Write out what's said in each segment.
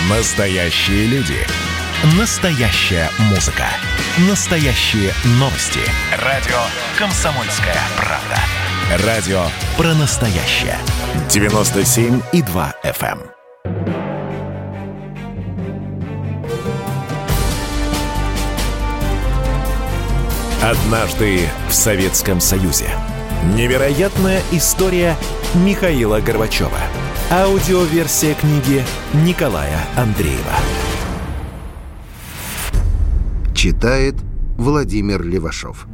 Настоящие люди. Настоящая музыка. Настоящие новости. Радио «Комсомольская правда». Радио про настоящее. 97,2 FM. Однажды в Советском Союзе. Невероятная история Михаила Горбачева. Аудиоверсия книги Николая Андреева. Читает Владимир Левашов.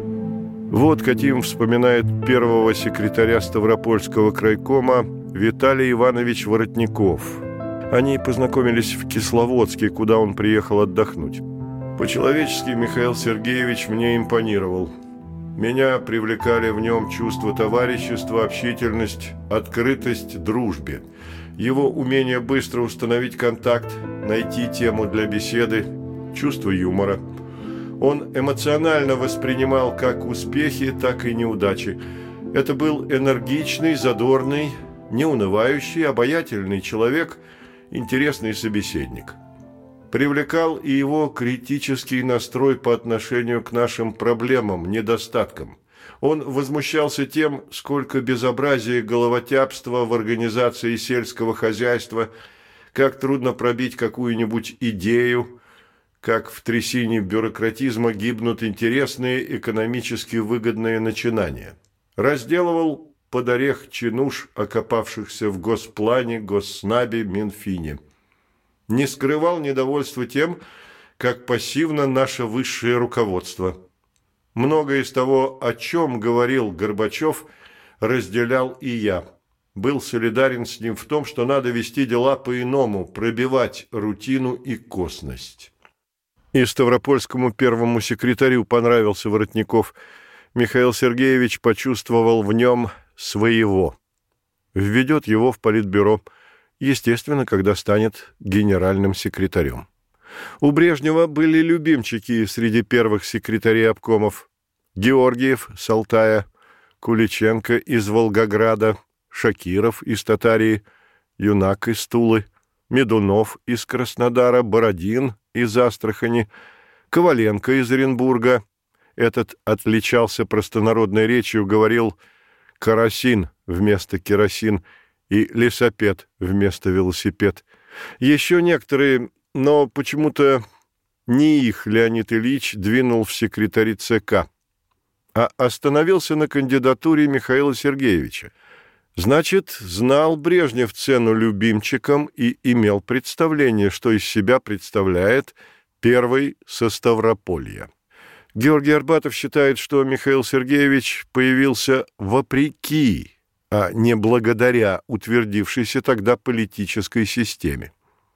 Вот каким вспоминает первого секретаря Ставропольского крайкома Виталий Иванович Воротников. Они познакомились в Кисловодске, куда он приехал отдохнуть. По-человечески Михаил Сергеевич мне импонировал. Меня привлекали в нем чувство товарищества, общительность, открытость дружбе. Его умение быстро установить контакт, найти тему для беседы, чувство юмора. Он эмоционально воспринимал как успехи, так и неудачи. Это был энергичный, задорный, неунывающий, обаятельный человек, интересный собеседник. Привлекал и его критический настрой по отношению к нашим проблемам, недостаткам. Он возмущался тем, сколько безобразия и головотяпства в организации сельского хозяйства, как трудно пробить какую-нибудь идею, как в трясине бюрократизма гибнут интересные, экономически выгодные начинания. Разделывал под орех чинуш, окопавшихся в Госплане, Госснабе, Минфине. Не скрывал недовольства тем, как пассивно наше высшее руководство. Многое из того, о чем говорил Горбачев, разделял и я. Был солидарен с ним в том, что надо вести дела по-иному, пробивать рутину и косность. И Ставропольскому первому секретарю понравился Воротников. Михаил Сергеевич почувствовал в нем своего. Введет его в политбюро. Естественно, когда станет генеральным секретарем. У Брежнева были любимчики среди первых секретарей обкомов. Георгиев с Алтая, Куличенко из Волгограда, Шакиров из Татарии, Юнак из Тулы, Медунов из Краснодара, Бородин из Астрахани, Коваленко из Оренбурга. Этот отличался простонародной речью, говорил «карасин» вместо «керосин», и лесопед вместо велосипед. Еще некоторые, но почему-то не их Леонид Ильич двинул в секретари ЦК, а остановился на кандидатуре Михаила Сергеевича. Значит, знал Брежнев цену любимчикам и имел представление, что из себя представляет первый со Ставрополья. Георгий Арбатов считает, что Михаил Сергеевич появился вопреки, а не благодаря утвердившейся тогда политической системе.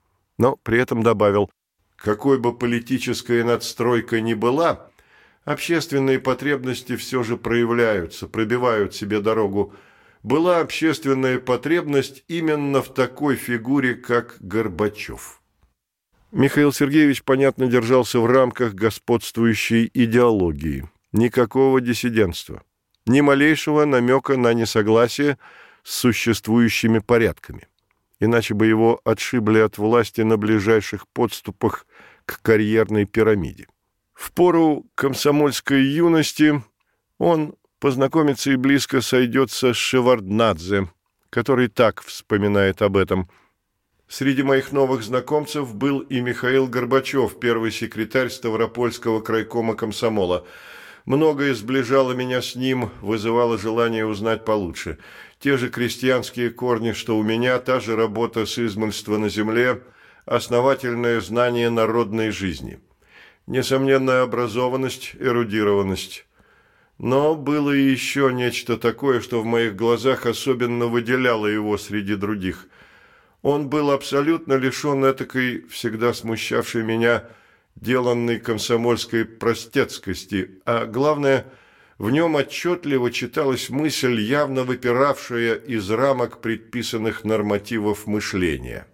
Но при этом добавил, какой бы политическая надстройка ни была, общественные потребности все же проявляются, пробивают себе дорогу. Была общественная потребность именно в такой фигуре, как Горбачев. Михаил Сергеевич, понятно, держался в рамках господствующей идеологии. Никакого диссидентства. Ни малейшего намека на несогласие с существующими порядками. Иначе бы его отшибли от власти на ближайших подступах к карьерной пирамиде. В пору комсомольской юности он познакомится и близко сойдется с Шеварднадзе, который так вспоминает об этом. Среди моих новых знакомцев был и Михаил Горбачев, первый секретарь Ставропольского крайкома комсомола. Многое сближало меня с ним, вызывало желание узнать получше. Те же крестьянские корни, что у меня, та же работа с измольства на земле, основательное знание народной жизни. Несомненная образованность, эрудированность. Но было и еще нечто такое, что в моих глазах особенно выделяло его среди других. Он был абсолютно лишен этакой, всегда смущавшей меня, деланной комсомольской простецкости, а главное, в нем отчетливо читалась мысль, явно выпиравшая из рамок предписанных нормативов мышления.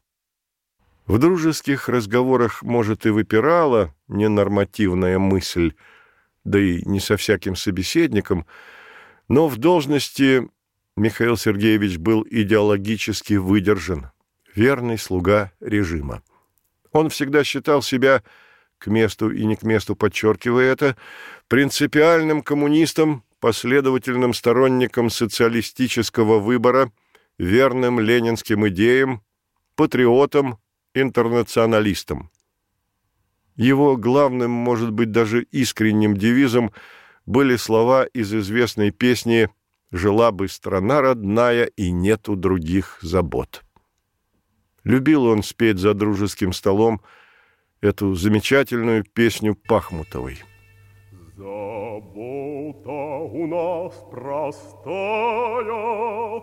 В дружеских разговорах, может, и выпирала ненормативная мысль, да и не со всяким собеседником, но в должности Михаил Сергеевич был идеологически выдержан. верный слуга режима. Он всегда считал себя, к месту и не к месту подчеркивая это, принципиальным коммунистом, последовательным сторонником социалистического выбора, верным ленинским идеям, патриотом, интернационалистом. Его главным, может быть, даже искренним девизом были слова из известной песни «Жила бы страна родная, и нету других забот». Любил он спеть за дружеским столом эту замечательную песню Пахмутовой. Забота у нас простая,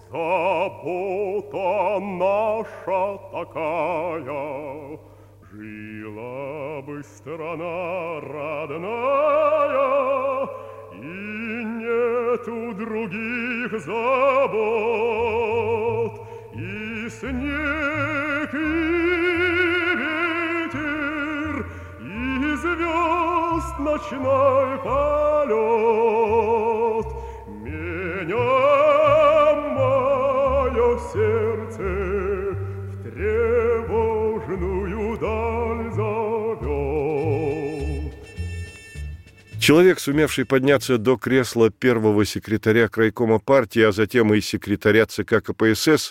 забота наша такая, жила бы страна родная, и нету других забот, и снег, и ветер, и звезд ночной полет. Меня мое сердце в тревожную даль зовет. Человек, сумевший подняться до кресла первого секретаря крайкома партии, а затем и секретаря ЦК КПСС,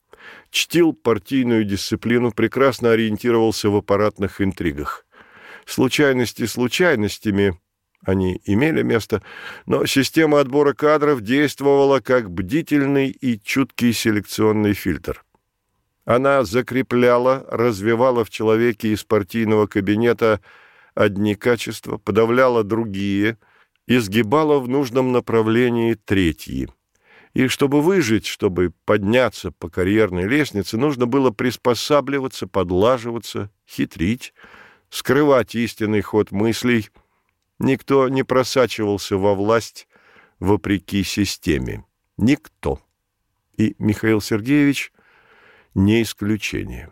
чтил партийную дисциплину, прекрасно ориентировался в аппаратных интригах. Случайности случайностями, они имели место, но система отбора кадров действовала как бдительный и чуткий селекционный фильтр. Она закрепляла, развивала в человеке из партийного кабинета одни качества, подавляла другие, изгибала в нужном направлении третьи. И чтобы выжить, чтобы подняться по карьерной лестнице, нужно было приспосабливаться, подлаживаться, хитрить, скрывать истинный ход мыслей. Никто не просачивался во власть вопреки системе. Никто. И Михаил Сергеевич не исключение.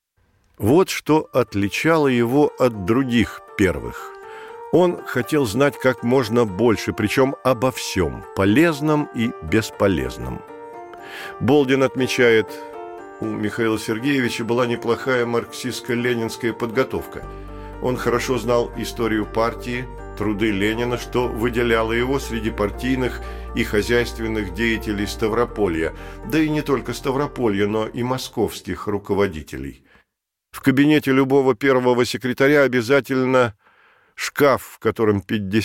Вот что отличало его от других первых. Он хотел знать как можно больше, причем обо всем, полезном и бесполезном. Болдин отмечает, у Михаила Сергеевича была неплохая марксистско-ленинская подготовка. Он хорошо знал историю партии, труды Ленина, что выделяло его среди партийных и хозяйственных деятелей Ставрополья, да и не только Ставрополья, но и московских руководителей. В кабинете любого первого секретаря обязательно шкаф, в котором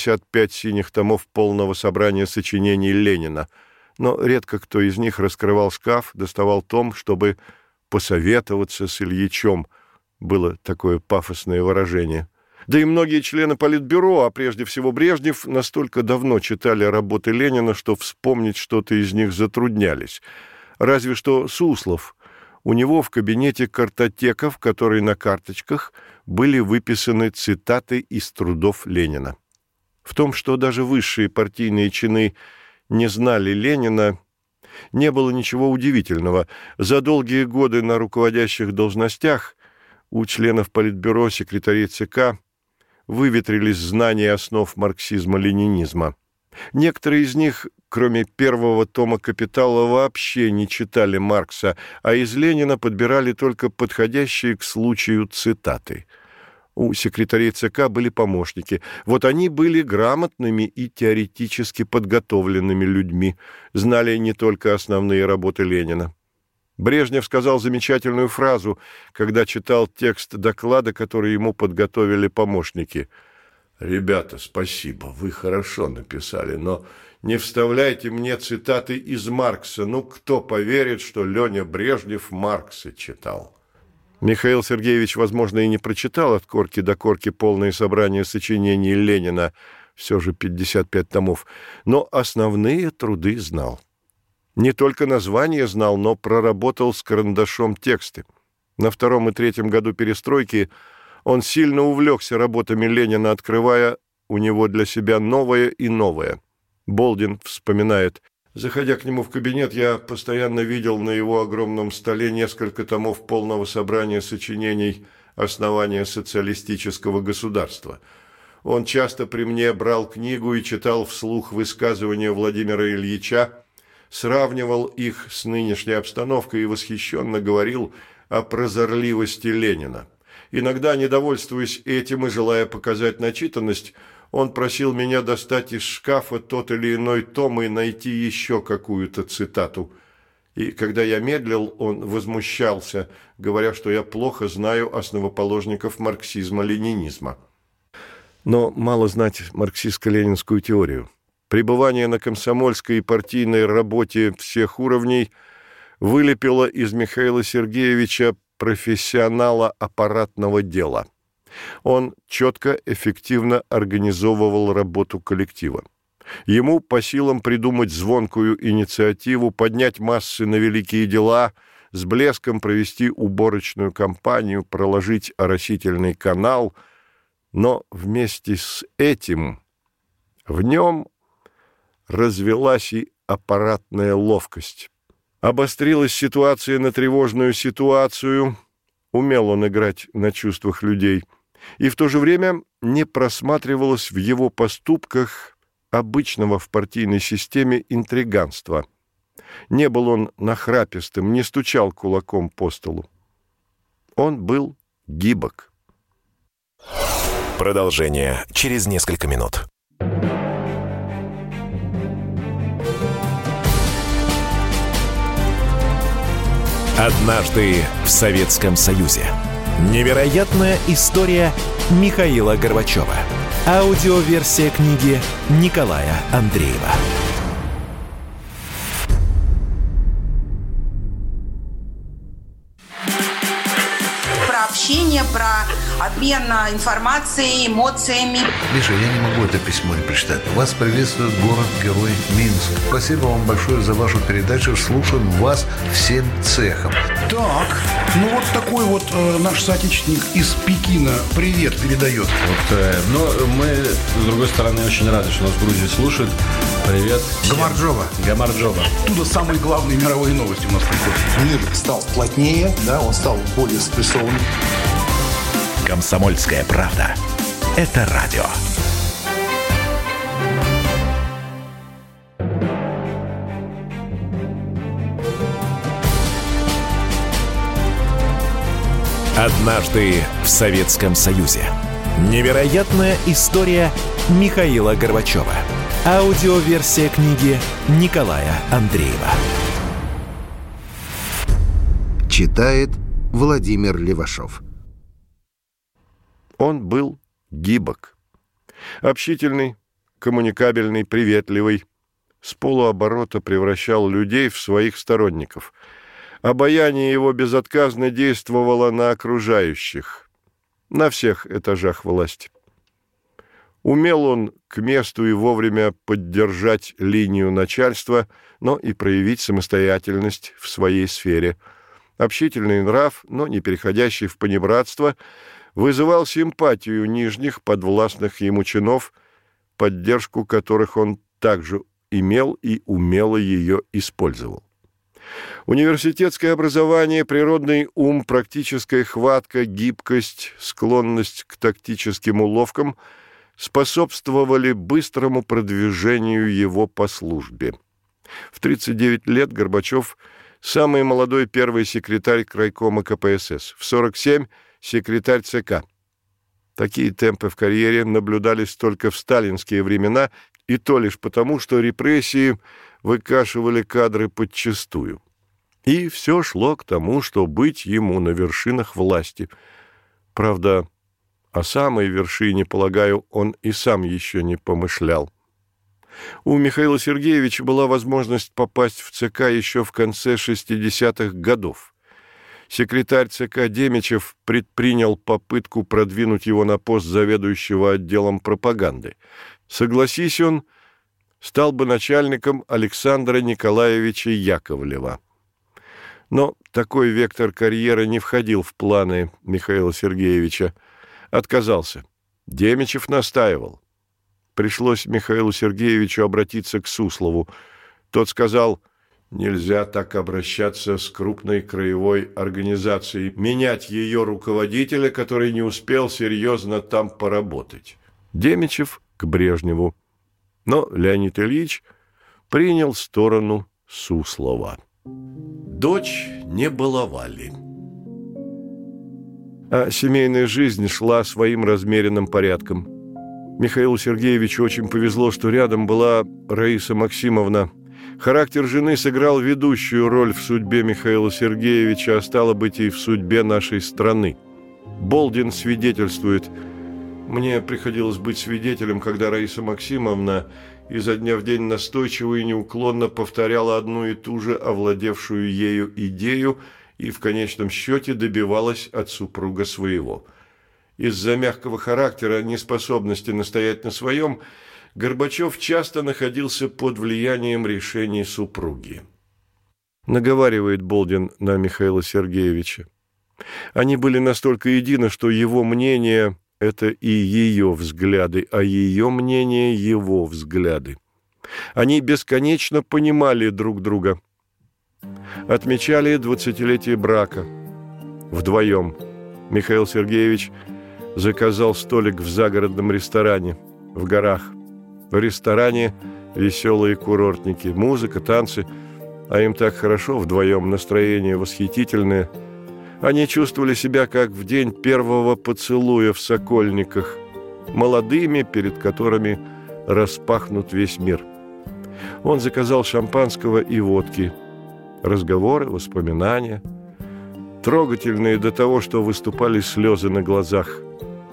55 синих томов полного собрания сочинений Ленина, но редко кто из них раскрывал шкаф, доставал том, чтобы посоветоваться с Ильичем. Было такое пафосное выражение. Да и многие члены Политбюро, а прежде всего Брежнев, настолько давно читали работы Ленина, что вспомнить что-то из них затруднялись. Разве что Суслов. У него в кабинете картотека, в которой на карточках были выписаны цитаты из трудов Ленина. В том, что даже высшие партийные чины не знали Ленина, не было ничего удивительного. За долгие годы на руководящих должностях у членов Политбюро, секретарей ЦК выветрились знания основ марксизма-ленинизма. Некоторые из них, кроме первого тома «Капитала», вообще не читали Маркса, а из Ленина подбирали только подходящие к случаю цитаты. У секретарей ЦК были помощники. Вот они были грамотными и теоретически подготовленными людьми, знали не только основные работы Ленина. Брежнев сказал замечательную фразу, когда читал текст доклада, который ему подготовили помощники. «Ребята, спасибо, вы хорошо написали, но не вставляйте мне цитаты из Маркса. Ну, кто поверит, что Леня Брежнев Маркса читал?» Михаил Сергеевич, возможно, и не прочитал от корки до корки полное собрание сочинений Ленина, все же 55 томов, но основные труды знал. Не только название знал, но проработал с карандашом тексты. На втором и третьем году перестройки он сильно увлекся работами Ленина, открывая у него для себя новое и новое. Болдин вспоминает: «Заходя к нему в кабинет, я постоянно видел на его огромном столе несколько томов полного собрания сочинений «Основания социалистического государства». Он часто при мне брал книгу и читал вслух высказывания Владимира Ильича, сравнивал их с нынешней обстановкой и восхищенно говорил о прозорливости Ленина. Иногда, недовольствуясь этим и желая показать начитанность, он просил меня достать из шкафа тот или иной том и найти еще какую-то цитату. И когда я медлил, он возмущался, говоря, что я плохо знаю основоположников марксизма-ленинизма. Но мало знать марксистско-ленинскую теорию. Пребывание на комсомольской и партийной работе всех уровней вылепило из Михаила Сергеевича профессионала аппаратного дела. Он четко, эффективно организовывал работу коллектива. Ему по силам придумать звонкую инициативу, поднять массы на великие дела, с блеском провести уборочную кампанию, проложить оросительный канал, но вместе с этим в нем развелась и аппаратная ловкость. Обострилась ситуация на тревожную ситуацию, умел он играть на чувствах людей, и в то же время не просматривалось в его поступках обычного в партийной системе интриганства. Не был он нахрапистым, не стучал кулаком по столу. Он был гибок. Продолжение через несколько минут. Однажды в Советском Союзе. Невероятная история Михаила Горбачева. Аудиоверсия книги Николая Андреева. Про общение, про обмен информацией, эмоциями. Миша, я не могу это письмо не прочитать. Вас приветствует город-герой Минск. Спасибо вам большое за вашу передачу. Слушаем вас всем цехом. Так, ну вот такой вот наш соотечественник из Пекина привет передает. Но мы, с другой стороны, очень рады, что нас в Грузии слушают. Привет. Гамарджоба. Оттуда самые главные мировые новости у нас приходят. Мир стал плотнее, да, он стал более спрессованным. «Комсомольская правда» — это радио. Однажды в Советском Союзе. Невероятная история Михаила Горбачева. Аудиоверсия книги Николая Андреева. Читает Владимир Левашов. Он был гибок. Общительный, коммуникабельный, приветливый. С полуоборота превращал людей в своих сторонников. Обаяние его безотказно действовало на окружающих, на всех этажах власти. Умел он к месту и вовремя поддержать линию начальства, но и проявить самостоятельность в своей сфере. Общительный нрав, но не переходящий в понебратство, вызывал симпатию нижних подвластных ему чинов, поддержку которых он также имел и умело ее использовал. Университетское образование, природный ум, практическая хватка, гибкость, склонность к тактическим уловкам способствовали быстрому продвижению его по службе. В 39 лет Горбачев – самый молодой первый секретарь крайкома КПСС, в 47 – секретарь ЦК. Такие темпы в карьере наблюдались только в сталинские времена, и то лишь потому, что репрессии выкашивали кадры подчистую. И все шло к тому, что быть ему на вершинах власти. Правда, о самой вершине, полагаю, он и сам еще не помышлял. У Михаила Сергеевича была возможность попасть в ЦК еще в конце 60-х годов. Секретарь ЦК Демичев предпринял попытку продвинуть его на пост заведующего отделом пропаганды. Согласись он, стал бы начальником Александра Николаевича Яковлева. Но такой вектор карьеры не входил в планы Михаила Сергеевича. Отказался. Демичев настаивал. Пришлось Михаилу Сергеевичу обратиться к Суслову. Тот сказал: «Нельзя так обращаться с крупной краевой организацией, менять ее руководителя, который не успел серьезно там поработать». Демичев к Брежневу. Но Леонид Ильич принял сторону Суслова. Дочь не баловали. А семейная жизнь шла своим размеренным порядком. Михаилу Сергеевичу очень повезло, что рядом была Раиса Максимовна. Характер жены сыграл ведущую роль в судьбе Михаила Сергеевича, а стало быть и в судьбе нашей страны. Болдин свидетельствует: «Мне приходилось быть свидетелем, когда Раиса Максимовна изо дня в день настойчиво и неуклонно повторяла одну и ту же овладевшую ею идею и в конечном счете добивалась от супруга своего. Из-за мягкого характера, неспособности настоять на своем, Горбачев часто находился под влиянием решений супруги». Наговаривает Болдин на Михаила Сергеевича. Они были настолько едины, что его мнение – это и ее взгляды, а ее мнение – его взгляды. Они бесконечно понимали друг друга. Отмечали 20-летие брака. Вдвоем. Михаил Сергеевич заказал столик в загородном ресторане в горах. В ресторане веселые курортники, музыка, танцы, а им так хорошо вдвоем, настроение восхитительное. Они чувствовали себя, как в день первого поцелуя в Сокольниках, молодыми, перед которыми распахнут весь мир. Он заказал шампанского и водки. Разговоры, воспоминания, трогательные до того, что выступали слезы на глазах.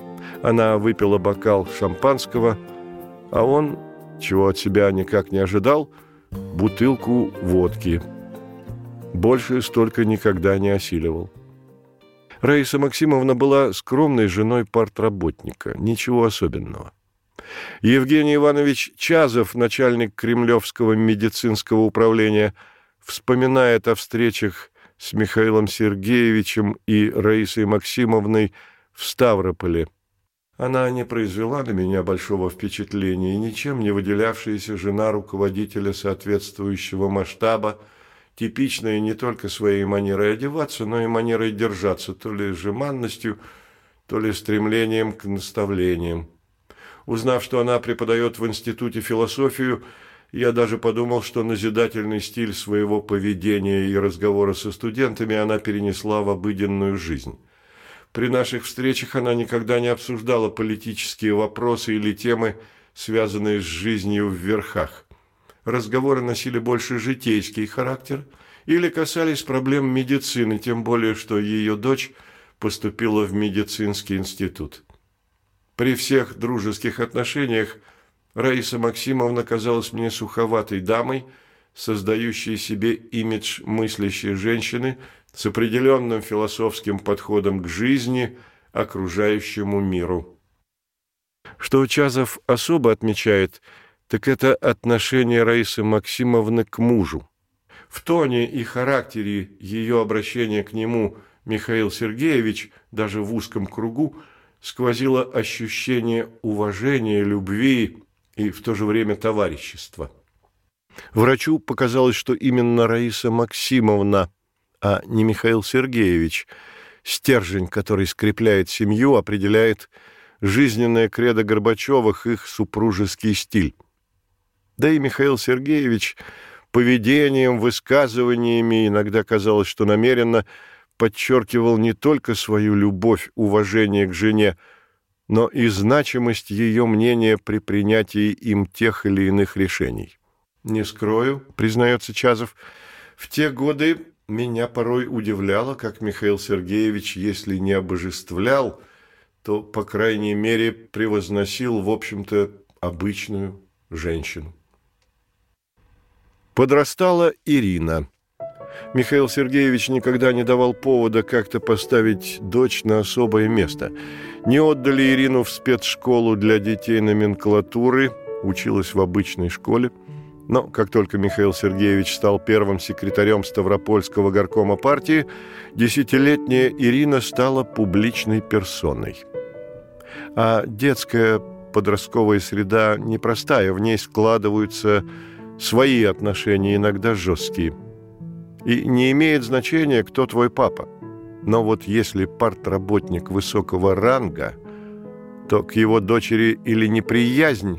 Она выпила бокал шампанского, а он, чего от себя никак не ожидал, бутылку водки. Больше столько никогда не осиливал. Раиса Максимовна была скромной женой партработника, ничего особенного. Евгений Иванович Чазов, начальник Кремлевского медицинского управления, вспоминает о встречах с Михаилом Сергеевичем и Раисой Максимовной в Ставрополе. Она не произвела на меня большого впечатления, и ничем не выделявшаяся жена руководителя соответствующего масштаба, типичная не только своей манерой одеваться, но и манерой держаться, то ли жеманностью, то ли стремлением к наставлениям. Узнав, что она преподает в институте философию, я даже подумал, что назидательный стиль своего поведения и разговора со студентами она перенесла в обыденную жизнь. При наших встречах она никогда не обсуждала политические вопросы или темы, связанные с жизнью в верхах. Разговоры носили больше житейский характер или касались проблем медицины, тем более, что ее дочь поступила в медицинский институт. При всех дружеских отношениях Раиса Максимовна казалась мне суховатой дамой, создающей себе имидж мыслящей женщины с определенным философским подходом к жизни, окружающему миру. Что Чазов особо отмечает, так это отношение Раисы Максимовны к мужу. В тоне и характере ее обращения к нему Михаил Сергеевич, даже в узком кругу, сквозило ощущение уважения, любви и в то же время товарищества. Врачу показалось, что именно Раиса Максимовна, а не Михаил Сергеевич, стержень, который скрепляет семью, определяет жизненное кредо Горбачевых, их супружеский стиль. Да и Михаил Сергеевич поведением, высказываниями, иногда казалось, что намеренно, подчеркивал не только свою любовь, уважение к жене, но и значимость ее мнения при принятии им тех или иных решений. «Не скрою, — признается Чазов, — в те годы меня порой удивляло, как Михаил Сергеевич, если не обожествлял, то, по крайней мере, превозносил, в общем-то, обычную женщину». Подрастала Ирина. Михаил Сергеевич никогда не давал повода как-то поставить дочь на особое место. Не отдали Ирину в спецшколу для детей номенклатуры, училась в обычной школе. Но как только Михаил Сергеевич стал первым секретарем Ставропольского горкома партии, 10-летняя Ирина стала публичной персоной. А детская подростковая среда непростая, в ней складываются свои отношения, иногда жесткие. И не имеет значения, кто твой папа. Но вот если партработник высокого ранга, то к его дочери или неприязнь,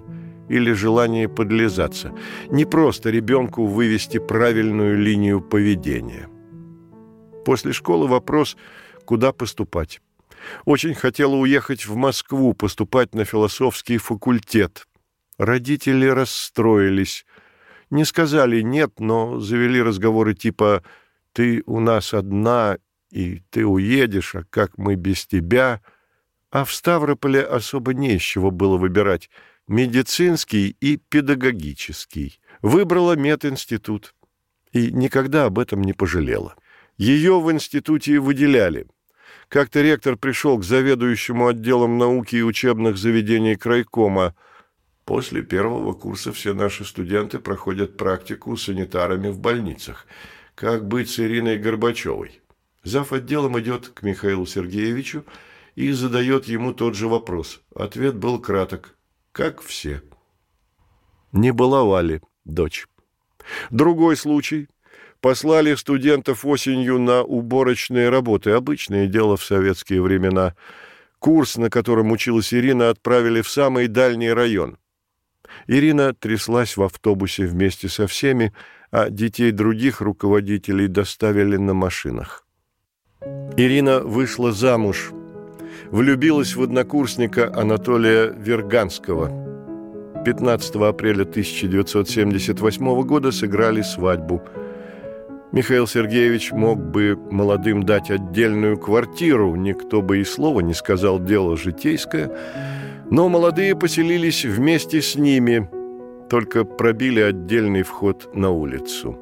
или желание подлизаться. Не просто ребенку вывести правильную линию поведения. После школы вопрос, куда поступать. Очень хотела уехать в Москву, поступать на философский факультет. Родители расстроились. Не сказали «нет», но завели разговоры типа «ты у нас одна, и ты уедешь, а как мы без тебя?» А в Ставрополе особо не из чего было выбирать. Медицинский и педагогический. Выбрала мединститут. И никогда об этом не пожалела. Ее в институте выделяли. Как-то ректор пришел к заведующему отделом науки и учебных заведений крайкома. После первого курса все наши студенты проходят практику санитарами в больницах. Как быть с Ириной Горбачевой? Зав. Отделом идет к Михаилу Сергеевичу и задает ему тот же вопрос. Ответ был краток. Как все. Не баловали дочь. Другой случай. Послали студентов осенью на уборочные работы. Обычное дело в советские времена. Курс, на котором училась Ирина, отправили в самый дальний район. Ирина тряслась в автобусе вместе со всеми, а детей других руководителей доставили на машинах. Ирина вышла замуж. Влюбилась в однокурсника Анатолия Верганского. 15 апреля 1978 года сыграли свадьбу. Михаил Сергеевич мог бы молодым дать отдельную квартиру, никто бы и слова не сказал, дело житейское, но молодые поселились вместе с ними, только пробили отдельный вход на улицу.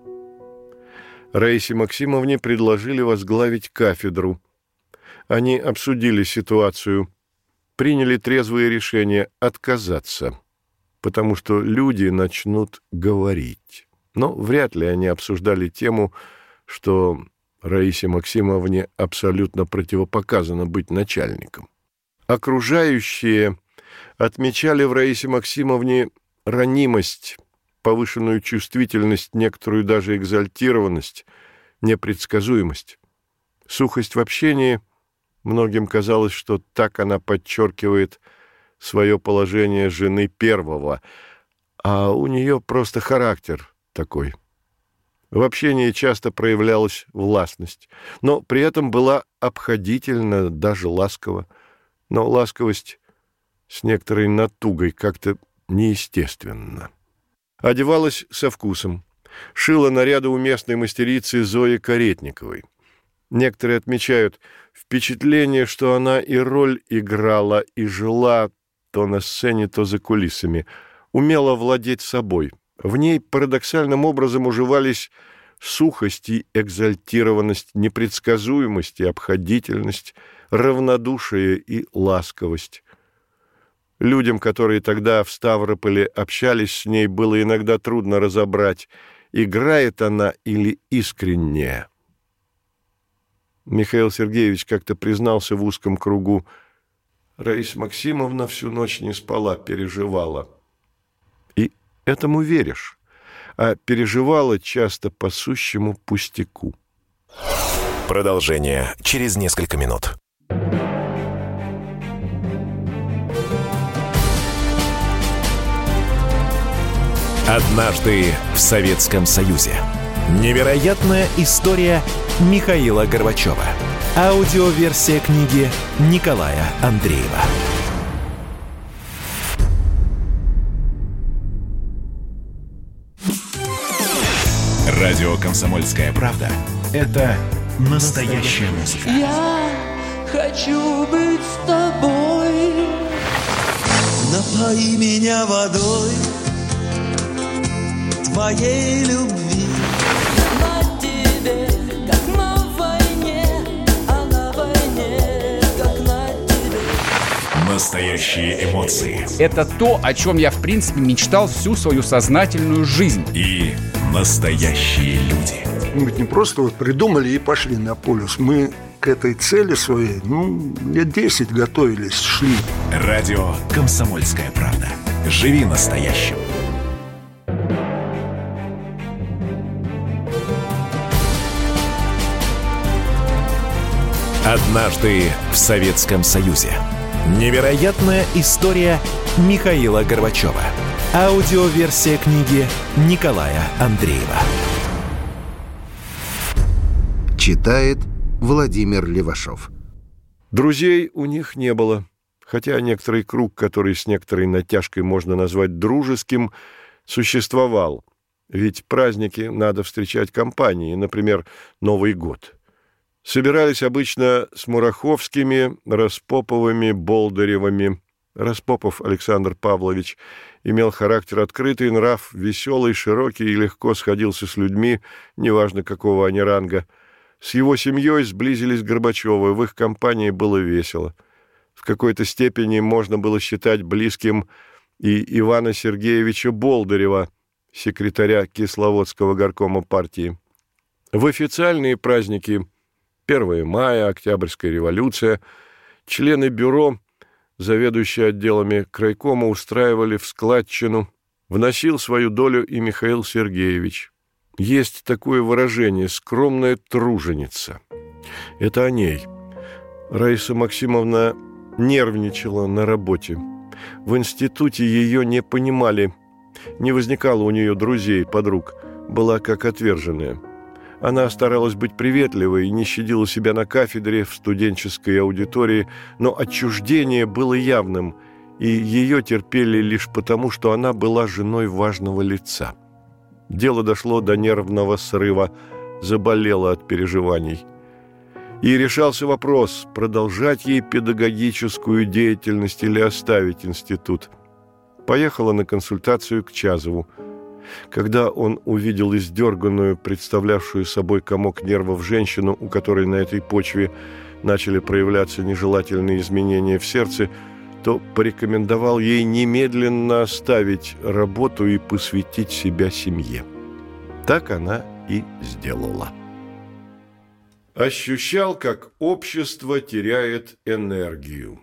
Раисе Максимовне предложили возглавить кафедру. Они обсудили ситуацию, приняли трезвое решение отказаться, потому что люди начнут говорить. Но вряд ли они обсуждали тему, что Раисе Максимовне абсолютно противопоказано быть начальником. Окружающие отмечали в Раисе Максимовне ранимость, повышенную чувствительность, некоторую даже экзальтированность, непредсказуемость, сухость в общении. Многим казалось, что так она подчеркивает свое положение жены первого, а у нее просто характер такой. В общении часто проявлялась властность, но при этом была обходительна, даже ласкова. Но ласковость с некоторой натугой как-то неестественно. Одевалась со вкусом. Шила наряды у местной мастерицы Зои Каретниковой. Некоторые отмечают впечатление, что она и роль играла, и жила то на сцене, то за кулисами. Умела владеть собой. В ней парадоксальным образом уживались сухость и экзальтированность, непредсказуемость и обходительность, равнодушие и ласковость. Людям, которые тогда в Ставрополе общались с ней, было иногда трудно разобрать, играет она или искренняя. Михаил Сергеевич как-то признался в узком кругу: Раиса Максимовна всю ночь не спала, переживала. И этому веришь, а переживала часто по сущему пустяку. Продолжение через несколько минут. Однажды в Советском Союзе. Невероятная история Михаила Горбачева. Аудиоверсия книги Николая Андреева. Радио «Комсомольская правда» — это настоящая музыка. Я хочу быть с тобой. Напои меня водой твоей любви. На тебе, как на войне, а на войне, как на тебе. Настоящие эмоции. Это то, о чем я, в принципе, мечтал всю свою сознательную жизнь. И настоящие люди. Мы ведь не просто вот придумали и пошли на полюс. Мы к этой цели своей, лет 10 готовились, шли. Радио «Комсомольская правда». Живи настоящим. Однажды в Советском Союзе. Невероятная история Михаила Горбачева. Аудиоверсия книги Николая Андреева. Читает Владимир Левашов. Друзей у них не было, хотя некоторый круг, который с некоторой натяжкой можно назвать дружеским, существовал. Ведь праздники надо встречать компанией, например, Новый год. Собирались обычно с Мураховскими, Распоповыми, Болдыревыми. Распопов Александр Павлович имел характер открытый, нрав веселый, широкий и легко сходился с людьми, неважно какого они ранга. С его семьей сблизились Горбачевы, в их компании было весело. В какой-то степени можно было считать близким и Ивана Сергеевича Болдырева, секретаря Кисловодского горкома партии. В официальные праздники 1 мая, Октябрьская революция, члены бюро, заведующие отделами крайкома, устраивали в складчину, вносил свою долю и Михаил Сергеевич. Есть такое выражение «скромная труженица». Это о ней. Раиса Максимовна нервничала на работе. В институте ее не понимали. Не возникало у нее друзей, подруг. Была как отверженная. Она старалась быть приветливой и не щадила себя на кафедре, в студенческой аудитории, но отчуждение было явным, и ее терпели лишь потому, что она была женой важного лица. Дело дошло до нервного срыва, заболела от переживаний. И решался вопрос, продолжать ей педагогическую деятельность или оставить институт. Поехала на консультацию к Чазову. Когда он увидел издерганную, представлявшую собой комок нервов женщину, у которой на этой почве начали проявляться нежелательные изменения в сердце, то порекомендовал ей немедленно оставить работу и посвятить себя семье. Так она и сделала. Ощущал, как общество теряет энергию.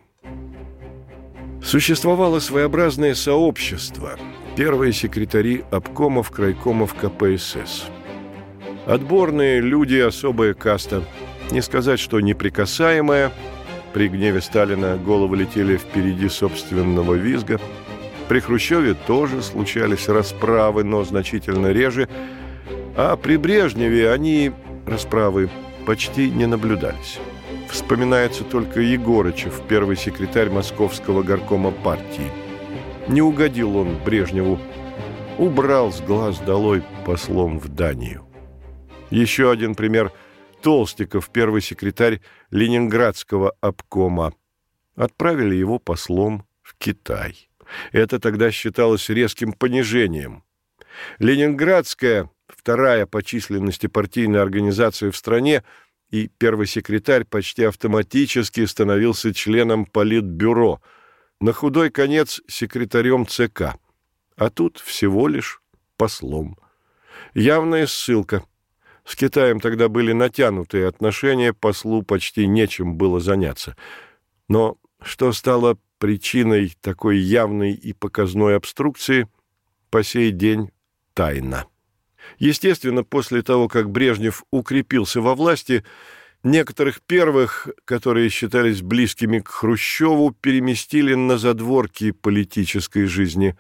Существовало своеобразное сообщество, первые секретари обкомов, крайкомов КПСС. Отборные люди, особая каста. Не сказать, что неприкасаемая. При гневе Сталина головы летели впереди собственного визга. При Хрущеве тоже случались расправы, но значительно реже. А при Брежневе они, расправы, почти не наблюдались. Вспоминается только Егорычев, первый секретарь Московского горкома партии. Не угодил он Брежневу, убрал с глаз долой послом в Данию. Еще один пример – Толстиков, первый секретарь Ленинградского обкома. Отправили его послом в Китай. Это тогда считалось резким понижением. Ленинградская, вторая по численности партийная организация в стране, и первый секретарь почти автоматически становился членом Политбюро, на худой конец секретарем ЦК, а тут всего лишь послом. Явная ссылка. С Китаем тогда были натянутые отношения, послу почти нечем было заняться. Но что стало причиной такой явной и показной обструкции, по сей день тайна. Естественно, после того, как Брежнев укрепился во власти, некоторых первых, которые считались близкими к Хрущеву, переместили на задворки политической жизни.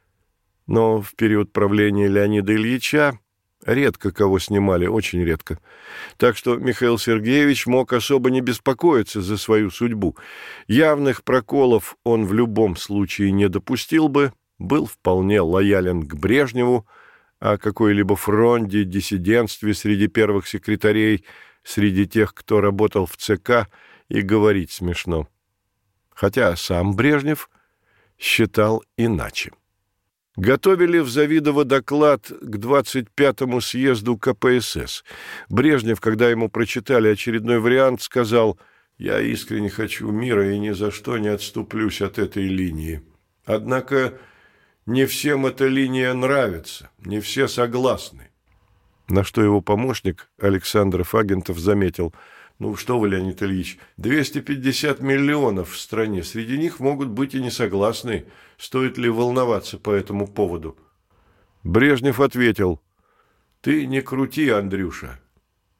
Но в период правления Леонида Ильича редко кого снимали, очень редко. Так что Михаил Сергеевич мог особо не беспокоиться за свою судьбу. Явных проколов он в любом случае не допустил бы, был вполне лоялен к Брежневу, о какой-либо фронте, диссидентстве среди первых секретарей, среди тех, кто работал в ЦК, и говорить смешно. Хотя сам Брежнев считал иначе. Готовили в Завидово доклад к 25-му съезду КПСС. Брежнев, когда ему прочитали очередной вариант, сказал: «Я искренне хочу мира и ни за что не отступлюсь от этой линии. Однако не всем эта линия нравится, не все согласны». На что его помощник Александр Фагентов заметил: «Ну что вы, Леонид Ильич, 250 миллионов в стране, среди них могут быть и несогласные. Стоит ли волноваться по этому поводу?» Брежнев ответил: «Ты не крути, Андрюша.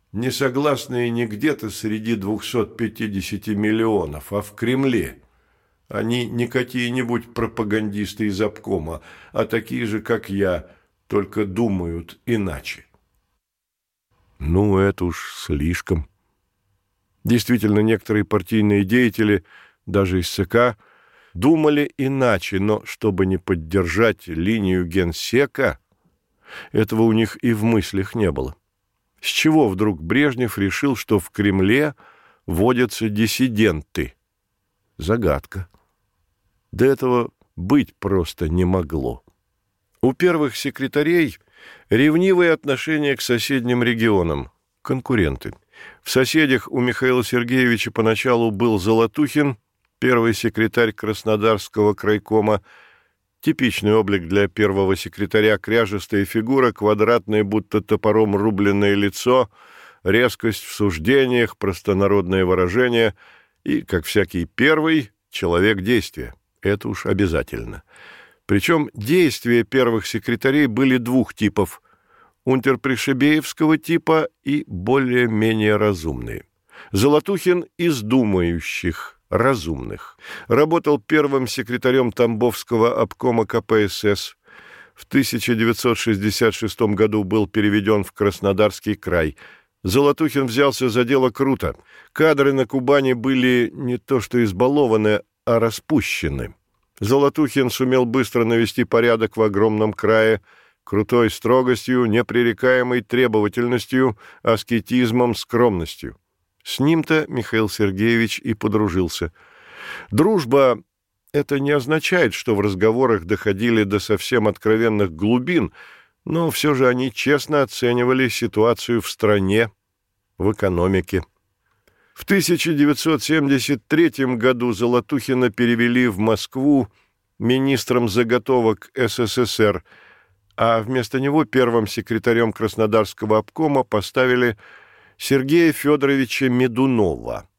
Несогласные не где-то среди 250 миллионов, а в Кремле. Они не какие-нибудь пропагандисты из обкома, а такие же, как я, только думают иначе. Ну, это уж слишком. Действительно, некоторые партийные деятели, даже из ЦК, думали иначе, но чтобы не поддержать линию генсека, этого у них и в мыслях не было. С чего вдруг Брежнев решил, что в Кремле водятся диссиденты? Загадка. До этого быть просто не могло. У первых секретарей ревнивые отношения к соседним регионам, конкуренты. В соседях у Михаила Сергеевича поначалу был Золотухин, первый секретарь Краснодарского крайкома, типичный облик для первого секретаря, кряжестая фигура, квадратное, будто топором рубленное лицо, резкость в суждениях, простонародное выражение и, как всякий первый, человек действия. Это уж обязательно. Причем действия первых секретарей были двух типов – унтерпришибеевского типа и более-менее разумные. Золотухин из думающих, разумных. Работал первым секретарем Тамбовского обкома КПСС. В 1966 году был переведен в Краснодарский край. Золотухин взялся за дело круто. Кадры на Кубани были не то что избалованы, а распущены. Золотухин сумел быстро навести порядок в огромном крае, крутой строгостью, непререкаемой требовательностью, аскетизмом, скромностью. С ним-то Михаил Сергеевич и подружился. Дружба – это не означает, что в разговорах доходили до совсем откровенных глубин, но все же они честно оценивали ситуацию в стране, в экономике. В 1973 году Золотухина перевели в Москву министром заготовок СССР, а вместо него первым секретарем Краснодарского обкома поставили Сергея Федоровича Медунова.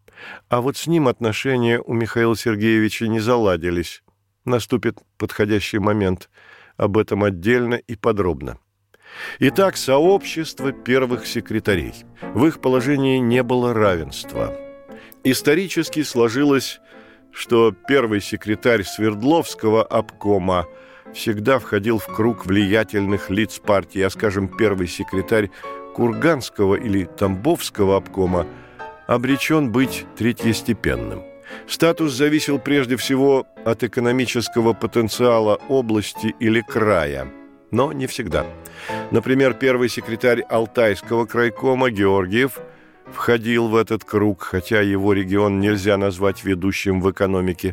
А вот с ним отношения у Михаила Сергеевича не заладились. Наступит подходящий момент. Об этом отдельно и подробно. Итак, сообщество первых секретарей. В их положении не было равенства. Исторически сложилось, что первый секретарь Свердловского обкома всегда входил в круг влиятельных лиц партии, а, скажем, первый секретарь Курганского или Тамбовского обкома обречен быть третьестепенным. Статус зависел прежде всего от экономического потенциала области или края, но не всегда. Например, первый секретарь Алтайского крайкома Георгиев входил в этот круг, хотя его регион нельзя назвать ведущим в экономике.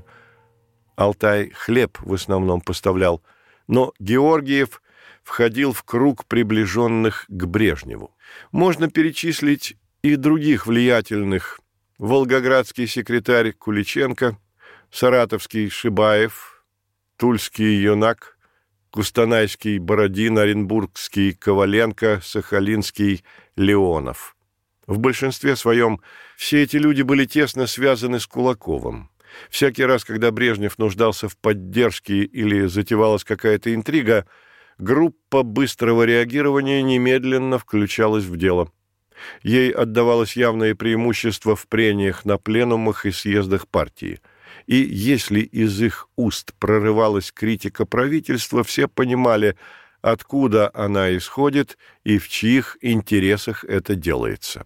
Алтай хлеб в основном поставлял, но Георгиев входил в круг приближенных к Брежневу. Можно перечислить и других влиятельных: волгоградский секретарь Куличенко, саратовский Шибаев, тульский Юнак, кустанайский Бородин, оренбургский Коваленко, сахалинский Леонов. В большинстве своем все эти люди были тесно связаны с Кулаковым. Всякий раз, когда Брежнев нуждался в поддержке или затевалась какая-то интрига, группа быстрого реагирования немедленно включалась в дело. Ей отдавалось явное преимущество в прениях на пленумах и съездах партии. И если из их уст прорывалась критика правительства, все понимали, откуда она исходит и в чьих интересах это делается.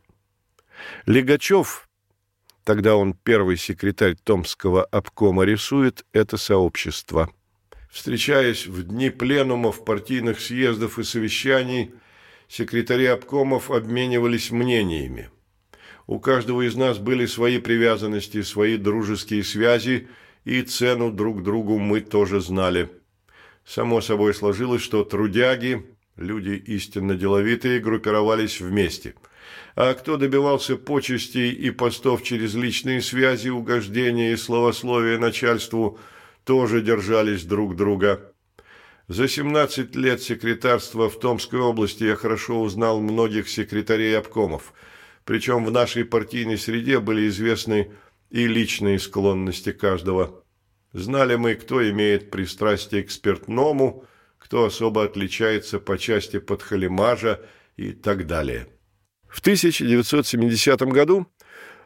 Лигачев, тогда он первый секретарь Томского обкома, рисует это сообщество. Встречаясь в дни пленумов, партийных съездов и совещаний, секретари обкомов обменивались мнениями. У каждого из нас были свои привязанности, свои дружеские связи, и цену друг другу мы тоже знали. Само собой сложилось, что трудяги, люди истинно деловитые, группировались вместе. А кто добивался почестей и постов через личные связи, угождения и словословия начальству, тоже держались друг друга. За 17 лет секретарства в Томской области я хорошо узнал многих секретарей обкомов. Причем в нашей партийной среде были известны и личные склонности каждого. Знали мы, кто имеет пристрастие к спиртному, кто особо отличается по части подхалимажа и так далее. В 1970 году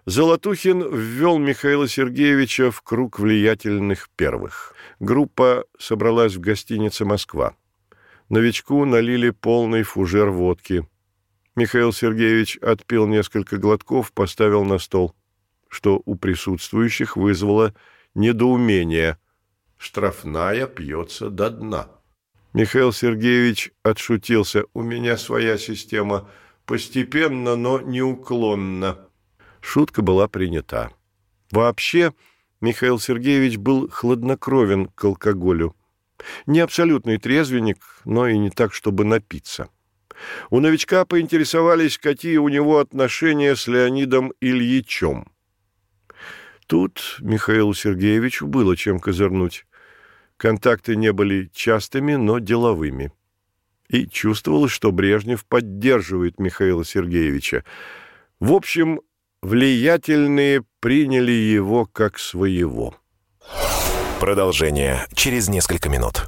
Золотухин ввел Михаила Сергеевича в круг влиятельных первых. Группа собралась в гостинице «Москва». Новичку налили полный фужер водки. Михаил Сергеевич отпил несколько глотков, поставил на стол, что у присутствующих вызвало недоумение. Штрафная пьется до дна. Михаил Сергеевич отшутился: «У меня своя система, постепенно, но неуклонно». Шутка была принята. Вообще, Михаил Сергеевич был хладнокровен к алкоголю. Не абсолютный трезвенник, но и не так, чтобы напиться. У новичка поинтересовались, какие у него отношения с Леонидом Ильичем. Тут Михаилу Сергеевичу было чем козырнуть. Контакты не были частыми, но деловыми. И чувствовалось, что Брежнев поддерживает Михаила Сергеевича. В общем, влиятельные приняли его как своего. Продолжение через несколько минут.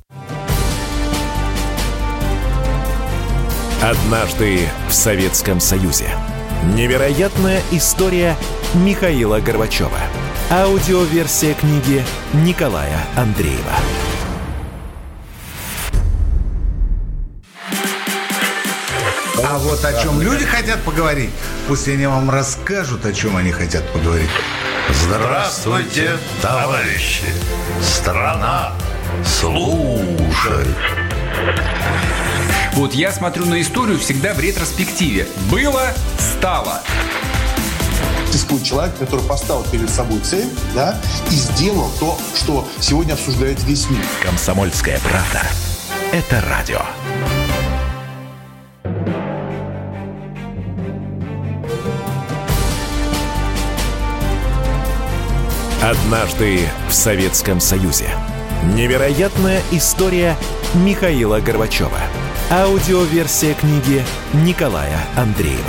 Однажды в Советском Союзе. Невероятная история Михаила Горбачева. Аудиоверсия книги Николая Андреева. А вот о чем люди хотят поговорить, пусть они вам расскажут, о чем они хотят поговорить. Здравствуйте, товарищи! Страна слушает! Вот я смотрю на историю всегда в ретроспективе. Было, стало. Существует человек, который поставил перед собой цель, да, и сделал то, что сегодня обсуждает весь мир. «Комсомольская правда» — это радио. Однажды в Советском Союзе. Невероятная история Михаила Горбачева. Аудиоверсия книги Николая Андреева.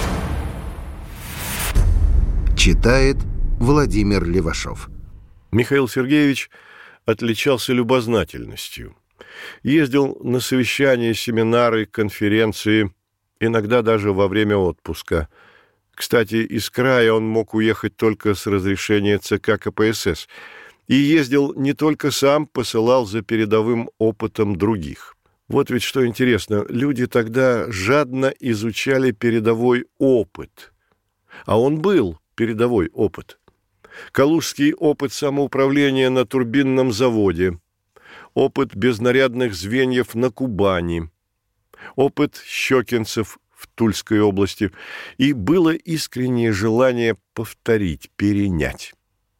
Читает Владимир Левашов. Михаил Сергеевич отличался любознательностью. Ездил на совещания, семинары, конференции, иногда даже во время отпуска. Кстати, из края он мог уехать только с разрешения ЦК КПСС. И ездил не только сам, посылал за передовым опытом других. Вот ведь что интересно, люди тогда жадно изучали передовой опыт. А он был передовой опыт. Калужский опыт самоуправления на турбинном заводе, опыт безнарядных звеньев на Кубани, опыт щекинцев в Тульской области, и было искреннее желание повторить, перенять.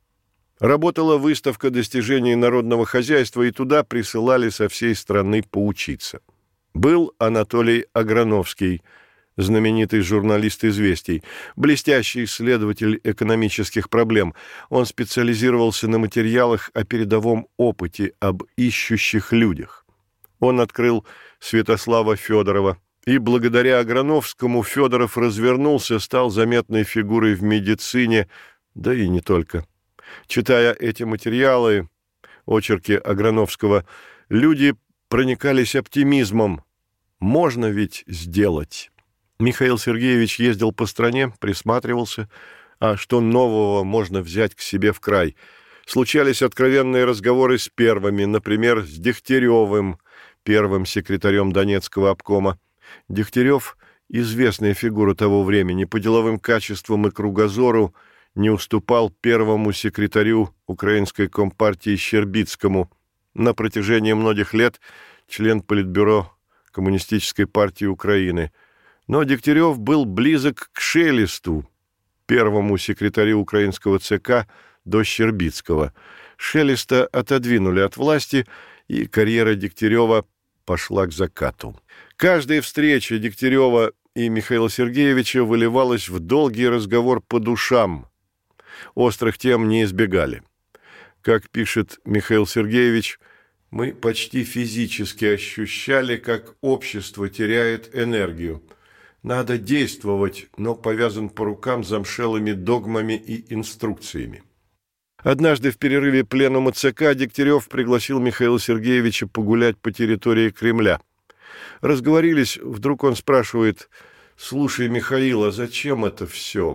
Работала выставка достижений народного хозяйства, и туда присылали со всей страны поучиться. Был Анатолий Аграновский, знаменитый журналист «Известий», блестящий исследователь экономических проблем. Он специализировался на материалах о передовом опыте, об ищущих людях. Он открыл Святослава Федорова, и благодаря Аграновскому Федоров развернулся, стал заметной фигурой в медицине, да и не только. Читая эти материалы, очерки Аграновского, люди проникались оптимизмом. Можно ведь сделать. Михаил Сергеевич ездил по стране, присматривался, а что нового можно взять к себе в край. Случались откровенные разговоры с первыми, например, с Дегтяревым, первым секретарем Донецкого обкома. Дегтярев, известная фигура того времени, по деловым качествам и кругозору не уступал первому секретарю Украинской компартии Щербицкому. На протяжении многих лет член Политбюро Коммунистической партии Украины. Но Дегтярев был близок к Шелесту, первому секретарю украинского ЦК до Щербицкого. Шелеста отодвинули от власти, и карьера Дегтярева пошла к закату. Каждая встреча Дегтярева и Михаила Сергеевича выливалась в долгий разговор по душам. Острых тем не избегали. Как пишет Михаил Сергеевич, мы почти физически ощущали, как общество теряет энергию. Надо действовать, но повязан по рукам замшелыми догмами и инструкциями. Однажды в перерыве пленума ЦК Дегтярев пригласил Михаила Сергеевича погулять по территории Кремля. Разговорились, вдруг он спрашивает: «Слушай, Михаил, а зачем это все?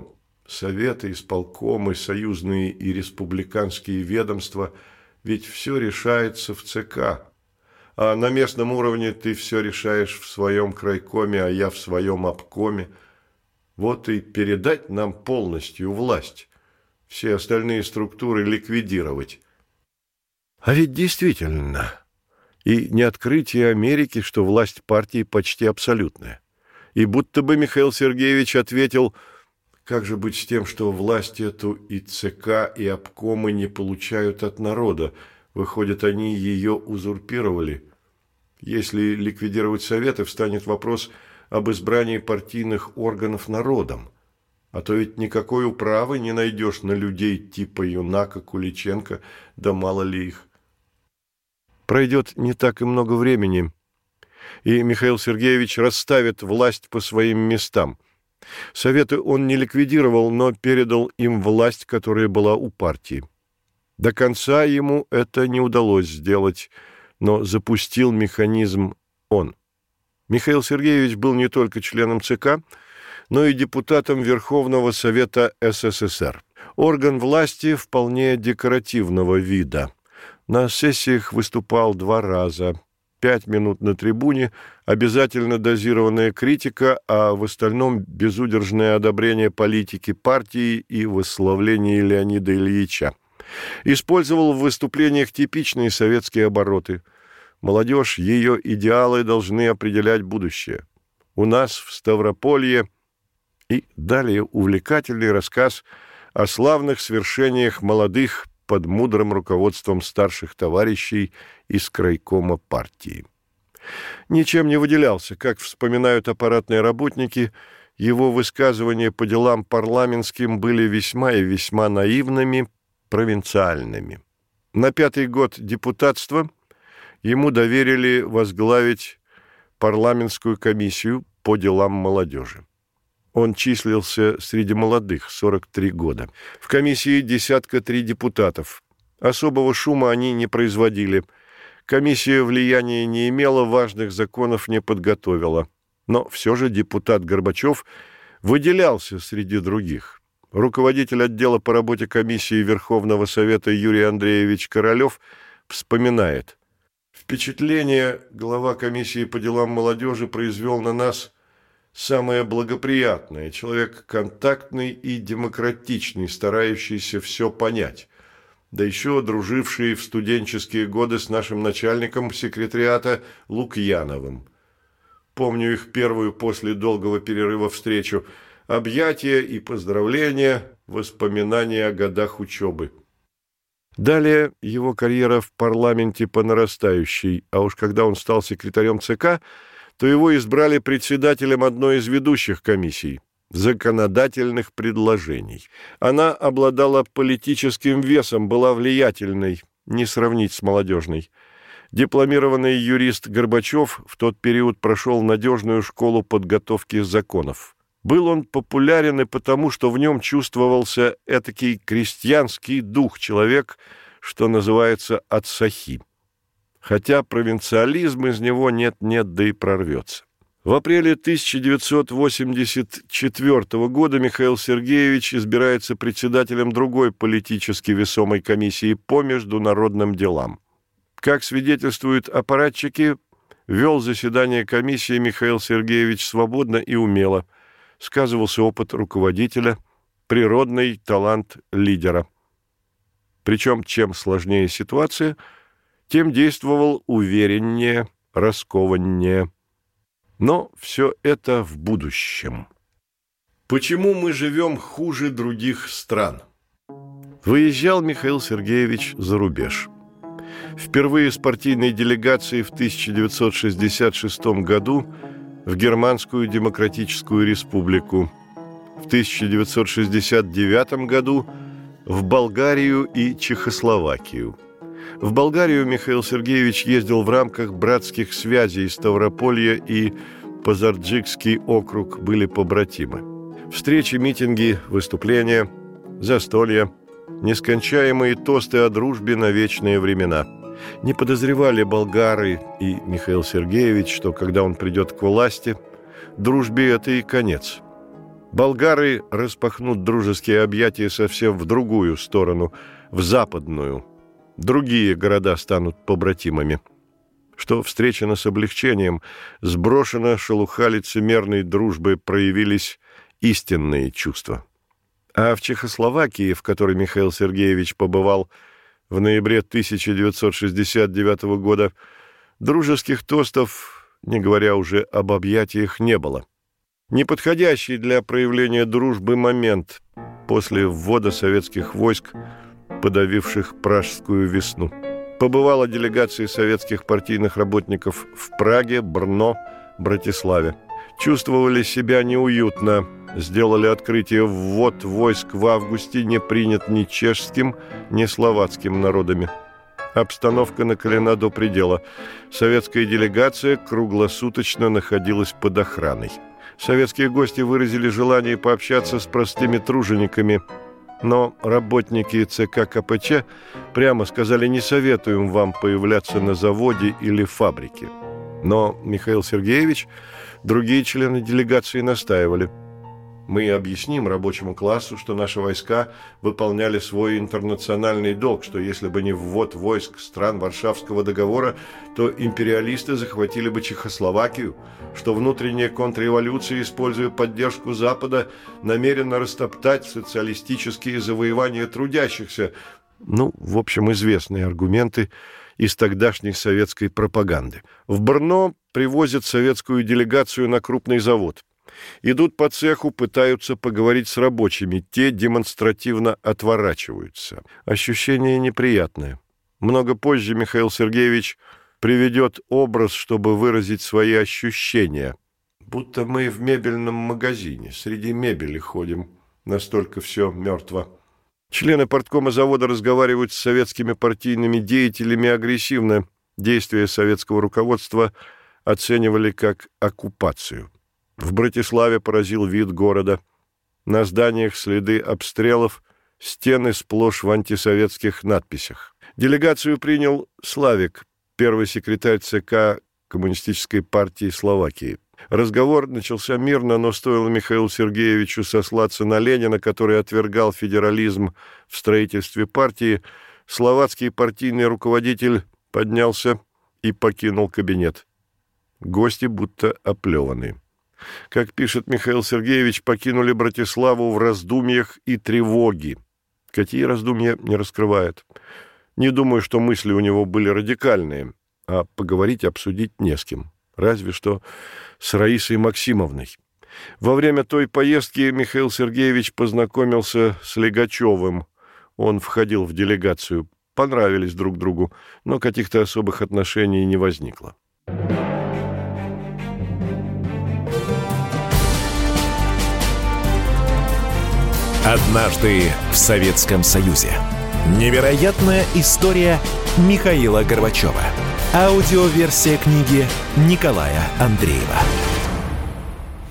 советы, исполкомы, союзные и республиканские ведомства, ведь все решается в ЦК. А на местном уровне ты все решаешь в своем крайкоме, а я в своем обкоме. Вот и передать нам полностью власть, все остальные структуры ликвидировать. А ведь действительно, и не открытие Америки, что власть партии почти абсолютная. И будто бы Михаил Сергеевич ответил: как же быть с тем, что власть эту и ЦК, и обкомы не получают от народа? Выходит, они ее узурпировали. Если ликвидировать советы, встанет вопрос об избрании партийных органов народом. А то ведь никакой управы не найдешь на людей типа Юнака, Куличенко, да мало ли их. Пройдет не так и много времени, и Михаил Сергеевич расставит власть по своим местам. Советы он не ликвидировал, но передал им власть, которая была у партии. До конца ему это не удалось сделать, но запустил механизм он. Михаил Сергеевич был не только членом ЦК, но и депутатом Верховного Совета СССР. Орган власти вполне декоративного вида. На сессиях выступал 2 раза. 5 минут на трибуне, обязательно дозированная критика, а в остальном безудержное одобрение политики партии и восславление Леонида Ильича. Использовал в выступлениях типичные советские обороты. Молодежь, ее идеалы должны определять будущее. У нас в Ставрополье... И далее увлекательный рассказ о славных свершениях молодых под мудрым руководством старших товарищей из крайкома партии. Ничем не выделялся, как вспоминают аппаратные работники, его высказывания по делам парламентским были весьма и весьма наивными, провинциальными. На 5-й год депутатства ему доверили возглавить парламентскую комиссию по делам молодежи. Он числился среди молодых, 43 года. В комиссии 13 депутатов. Особого шума они не производили. Комиссия влияния не имела, важных законов не подготовила. Но все же депутат Горбачев выделялся среди других. Руководитель отдела по работе комиссии Верховного Совета Юрий Андреевич Королев вспоминает: «Впечатление глава комиссии по делам молодежи произвел на нас самое благоприятное. Человек контактный и демократичный, старающийся все понять. Да еще друживший в студенческие годы с нашим начальником секретариата Лукьяновым. Помню их первую после долгого перерыва встречу. Объятия и поздравления, воспоминания о годах учебы». Далее его карьера в парламенте по нарастающей, а уж когда он стал секретарем ЦК, то его избрали председателем одной из ведущих комиссий – законодательных предложений. Она обладала политическим весом, была влиятельной, не сравнить с молодежной. Дипломированный юрист Горбачев в тот период прошел надежную школу подготовки законов. Был он популярен и потому, что в нем чувствовался этакий крестьянский дух, человек, что называется, от сахи. Хотя провинциализм из него нет-нет, да и прорвется. В апреле 1984 года Михаил Сергеевич избирается председателем другой политически весомой комиссии по международным делам. Как свидетельствуют аппаратчики, вел заседание комиссии Михаил Сергеевич свободно и умело. Сказывался опыт руководителя, природный талант лидера. Причем, чем сложнее ситуация, тем действовал увереннее, раскованнее. Но все это в будущем. Почему мы живем хуже других стран? Выезжал Михаил Сергеевич за рубеж. Впервые с партийной делегацией в 1966 году в Германскую Демократическую Республику, в 1969 году в Болгарию и Чехословакию. В Болгарию Михаил Сергеевич ездил в рамках братских связей. Ставрополье и Пазарджикский округ были побратимы. Встречи, митинги, выступления, застолья, нескончаемые тосты о дружбе на вечные времена. Не подозревали болгары и Михаил Сергеевич, что когда он придет к власти, дружбе это и конец. болгары распахнут дружеские объятия совсем в другую сторону, в западную. Другие города станут побратимами. Что встречено с облегчением, сброшена шелуха лицемерной дружбы, проявились истинные чувства. А в Чехословакии, в которой Михаил Сергеевич побывал в ноябре 1969 года, дружеских тостов, не говоря уже об объятиях, не было. Неподходящий для проявления дружбы момент после ввода советских войск, подавивших Пражскую весну. Побывала делегация советских партийных работников в Праге, Брно, Братиславе. Чувствовали себя неуютно, сделали открытие: ввод войск в августе не принят ни чешским, ни словацким народами. Обстановка накалена до предела. Советская делегация круглосуточно находилась под охраной. Советские гости выразили желание пообщаться с простыми тружениками, но работники ЦК КПЧ прямо сказали: не советуем вам появляться на заводе или фабрике. Но Михаил Сергеевич, другие члены делегации настаивали: мы объясним рабочему классу, что наши войска выполняли свой интернациональный долг, что если бы не ввод войск стран Варшавского договора, то империалисты захватили бы Чехословакию, что внутренняя контрреволюция, используя поддержку Запада, намерена растоптать социалистические завоевания трудящихся. В общем, известные аргументы из тогдашней советской пропаганды. В Брно привозят советскую делегацию на крупный завод. Идут по цеху, пытаются поговорить с рабочими. Те демонстративно отворачиваются. Ощущение неприятное. Много позже Михаил Сергеевич приведет образ, чтобы выразить свои ощущения. Будто мы в мебельном магазине, среди мебели ходим. Настолько все мертво. Члены парткома завода разговаривают с советскими партийными деятелями агрессивно. Действия советского руководства оценивали как оккупацию. В Братиславе поразил вид города. На зданиях следы обстрелов, стены сплошь в антисоветских надписях. Делегацию принял Славик, первый секретарь ЦК Коммунистической партии Словакии. Разговор начался мирно, но стоило Михаилу Сергеевичу сослаться на Ленина, который отвергал федерализм в строительстве партии, словацкий партийный руководитель поднялся и покинул кабинет. Гости будто оплеваны. Как пишет Михаил Сергеевич, покинули Братиславу в раздумьях и тревоге. Какие раздумья, не раскрывает. Не думаю, что мысли у него были радикальные, а поговорить, обсудить не с кем. Разве что с Раисой Максимовной. Во время той поездки Михаил Сергеевич познакомился с Легачевым. Он входил в делегацию. Понравились друг другу, но каких-то особых отношений не возникло. Однажды в Советском Союзе. Невероятная история Михаила Горбачева. Аудиоверсия книги Николая Андреева.